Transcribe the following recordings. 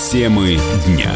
Темы дня.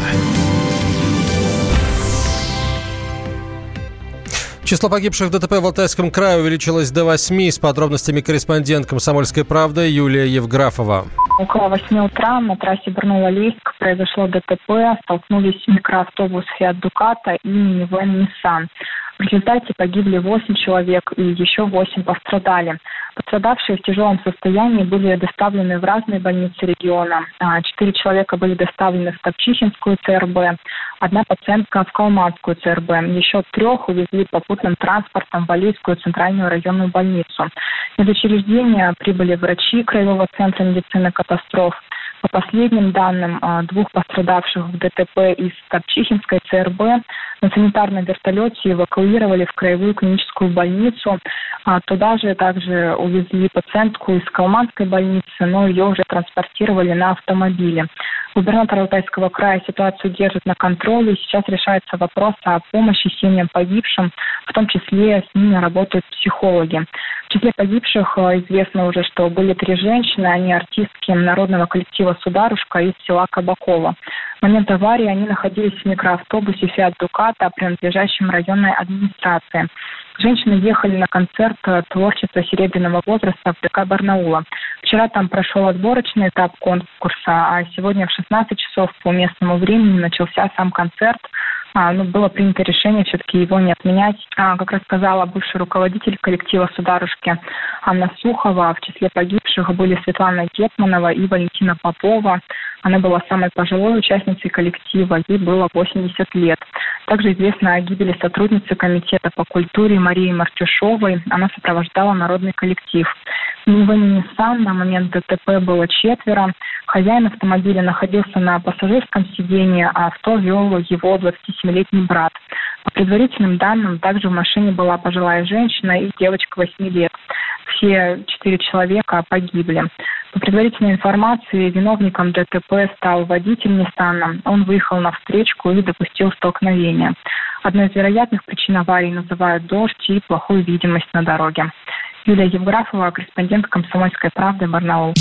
Число погибших в ДТП в Алтайском крае увеличилось до 8. С подробностями корреспондент «Комсомольской правды» Юлия Евграфова. Около 8 утра на трассе Барнаул-Алейск произошло ДТП. Столкнулись микроавтобус «Фиат Дукато» и минивэн «Ниссан». В результате погибли 8 человек и еще 8 пострадали. Пострадавшие в тяжелом состоянии были доставлены в разные больницы региона. 4 человека были доставлены в Топчихинскую ЦРБ, 1 пациентка в Калматскую ЦРБ. Еще 3 увезли попутным транспортом в Алейскую центральную районную больницу. В медучреждение прибыли врачи Краевого центра медицины катастроф. По последним данным, 2 пострадавших в ДТП из Топчихинской ЦРБ на санитарном вертолете эвакуировали в Краевую клиническую больницу. Туда же также увезли пациентку из Калматской больницы, но ее уже транспортировали на автомобиле. Губернатор Алтайского края ситуацию держит на контроле. Сейчас решается вопрос о помощи семьям погибшим, в том числе с ними работают психологи. В числе погибших известно уже, что были 3 женщины, они артистки народного коллектива «Сударушка» из села Кабакова. В момент аварии они находились в микроавтобусе «Фиат Дукато», принадлежащем районной администрации. Женщины ехали на концерт творчества серебряного возраста в ДК Барнаула. Вчера там прошел отборочный этап конкурса, а сегодня в 16 часов по местному времени начался сам концерт. Было принято решение все-таки его не отменять. Как рассказала бывший руководитель коллектива «Сударушки» Анна Сухова, в числе погибших были Светлана Гетманова и Валентина Попова. Она была самой пожилой участницей коллектива, ей было 80 лет. Также известно о гибели сотрудницы комитета по культуре Марии Мартюшовой. Она сопровождала народный коллектив. В минивэне «Ниссан» на момент ДТП было 4. Хозяин автомобиля находился на пассажирском сидении, а авто вел его 27-летний брат. По предварительным данным, также в машине была пожилая женщина и девочка 8 лет. Все 4 человека погибли. По предварительной информации, виновником ДТП стал водитель «Ниссана». Он выехал на встречку и допустил столкновение. Одной из вероятных причин аварии называют дождь и плохую видимость на дороге. Юлия Евграфова, корреспондент «Комсомольской правды», Барнаул.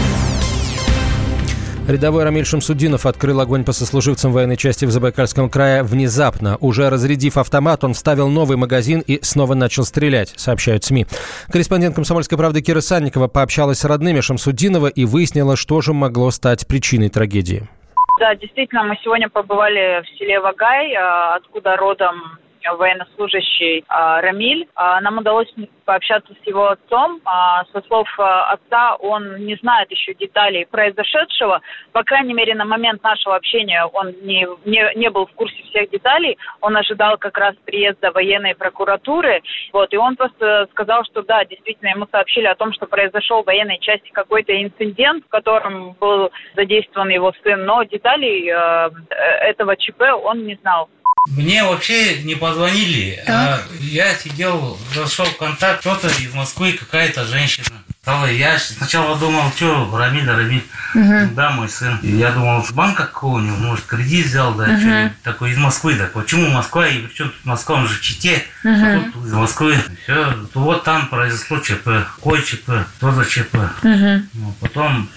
Рядовой Рамиль Шамсудинов открыл огонь по сослуживцам военной части в Забайкальском крае внезапно. Уже разрядив автомат, он вставил новый магазин и снова начал стрелять, сообщают СМИ. Корреспондент «Комсомольской правды» Кира Санникова пообщалась с родными Шамсудинова и выяснила, что же могло стать причиной трагедии. Да, действительно, мы сегодня побывали в селе Вагай, откуда родом военнослужащий Рамиль. Нам удалось пообщаться с его отцом. Со слов отца, он не знает еще деталей произошедшего. По крайней мере, на момент нашего общения он не был в курсе всех деталей. Он ожидал как раз приезда военной прокуратуры. И он просто сказал, что да, действительно, ему сообщили о том, что произошел в военной части какой-то инцидент, в котором был задействован его сын, но деталей этого ЧП он не знал. Мне вообще не позвонили. Я сидел, зашел в контакт, кто-то из Москвы, какая-то женщина. Я сначала думал, что Рамиль. Да, мой сын. И я думал, с банка какого-нибудь, может, кредит взял, да, такой из Москвы. Так почему Москва? И причем тут Москва, он же в Чите. А тут из Москвы. Все, вот там произошло ЧП. Какое ЧП? Что за ЧП? Потом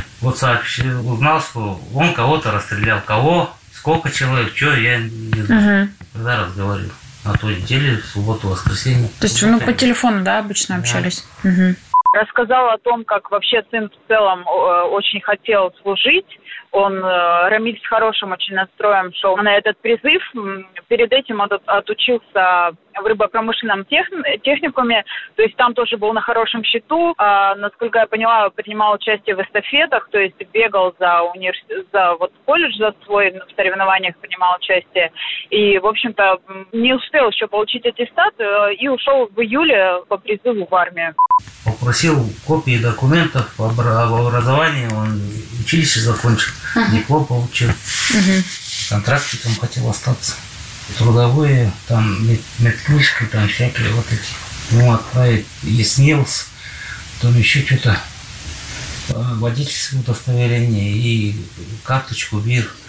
узнал, что он кого-то расстрелял. Кого? Сколько человек, что, я не знаю. Когда разговаривал. На той неделе, в субботу, воскресенье. То есть вы по телефону, да, обычно общались? Рассказал о том, как вообще сын в целом очень хотел служить. Рамиль с хорошим очень настроем шел на этот призыв. Перед этим он отучился в рыбопромышленном техникуме, то есть там тоже был на хорошем счету. Насколько я поняла, принимал участие в эстафетах, то есть бегал за колледж за свой, в соревнованиях принимал участие. И, в общем-то, не успел еще получить аттестат и ушел в июле по призыву в армию. Попросил копии документов об образовании, он училище закончил, диплом получил, контрактиком хотел остаться. Трудовые, там медкнижки, там всякие вот эти. Ему отправить ЕСНИЛС, потом еще что-то, водительское удостоверение и карточку БИР.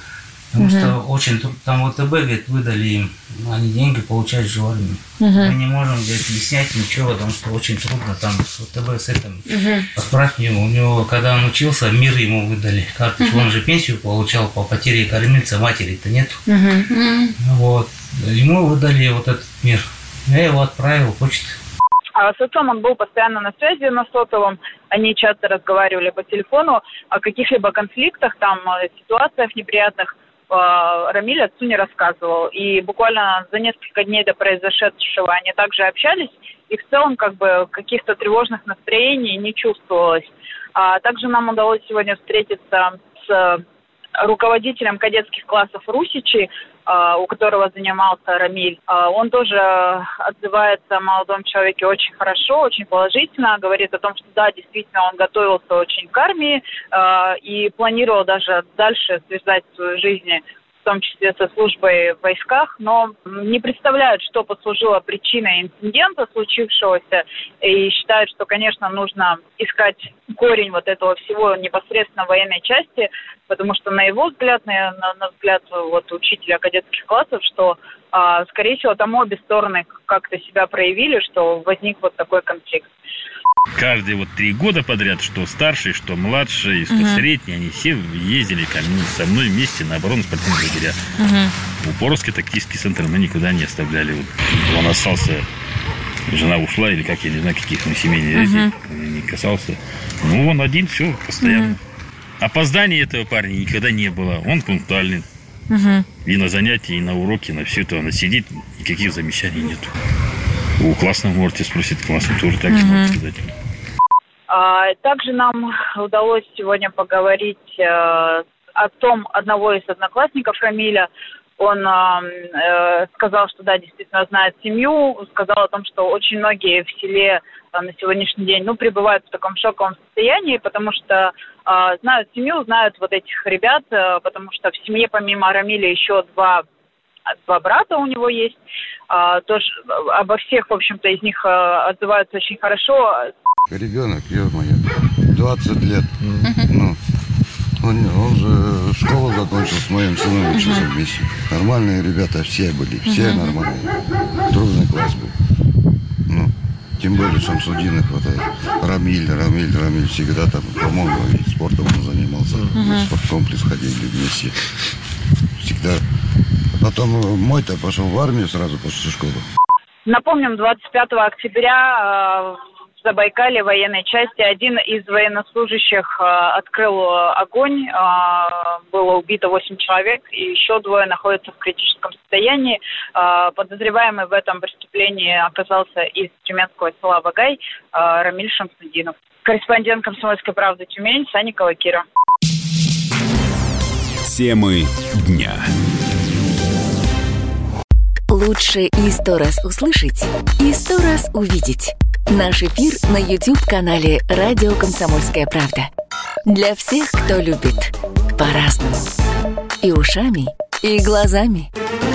Потому что очень там ВТБ, говорит, выдали им, они деньги получают же в армии. Мы не можем, говорит, не снять ничего, потому что очень трудно там с ВТБ с этим. Отправь ему, у него, когда он учился, МИР ему выдали карточку, он же пенсию получал по потере кормильца, матери-то нету. Вот, ему выдали вот этот МИР. Я его отправил почтой. А с отцом он был постоянно на связи на сотовом, они часто разговаривали по телефону, о каких-либо конфликтах, там, ситуациях неприятных Рамиль отцу не рассказывал. И буквально за несколько дней до произошедшего они также общались, и в целом как бы каких-то тревожных настроений не чувствовалось. А также нам удалось сегодня встретиться с руководителем кадетских классов Русичи, у которого занимался Рамиль. Он тоже отзывается о молодом человеке очень хорошо, очень положительно, говорит о том, что да, действительно, он готовился очень к армии и планировал даже дальше связать свою жизнь, в том числе со службой в войсках, но не представляют, что послужило причиной инцидента случившегося, и считают, что, конечно, нужно искать корень вот этого всего непосредственно в военной части, потому что на его взгляд, на взгляд вот учителя кадетских классов, что, скорее всего, там обе стороны как-то себя проявили, что возник вот такой конфликт. Каждые вот 3 года подряд, что старший, что младший, что средний, они все ездили ко мне, со мной вместе на оборонно-спортивные лагеря. Упоровский тактический центр мы никуда не оставляли. Вот он остался, жена ушла, или как, я не знаю, каких семейных не касался. Ну, он один, все, постоянно. Опозданий этого парня никогда не было. Он пунктуальный. И на занятия, и на уроки, на все это он сидит, никаких замечаний нету. У классного можете спросить, классный тоже так же можно сказать. Также нам удалось сегодня поговорить о том одного из одноклассников Рамиля. Он сказал, что да, действительно знает семью, сказал о том, что очень многие в селе на сегодняшний день пребывают в таком шоковом состоянии, потому что знают семью, знают вот этих ребят, потому что в семье помимо Рамиля еще два брата у него есть. Тоже обо всех, в общем-то, из них отзываются очень хорошо. Ребенок, ё-моё, 20 лет. Он же школу закончил с моим сыном, учился вместе. Нормальные ребята все были, все нормальные. Трудный класс был. Тем более Шамсудина хватает. Рамиль всегда там, по-моему, и спортом он занимался. В спорткомплекс ходили вместе. Всегда. Потом мой-то пошел в армию сразу после школы. Напомним, 25 октября в Забайкале военной части один из военнослужащих открыл огонь. Было убито 8 человек, и еще 2 находятся в критическом состоянии. Подозреваемый в этом преступлении оказался из тюменского села Вагай Рамиль Шамсудинов. Корреспондент «Комсомольской правды» Тюмень, Санникова Кира. Темы дня. Лучше и 100 раз услышать, и 100 раз увидеть. Наш эфир на YouTube-канале «Радио Комсомольская правда». Для всех, кто любит по-разному. И ушами, и глазами.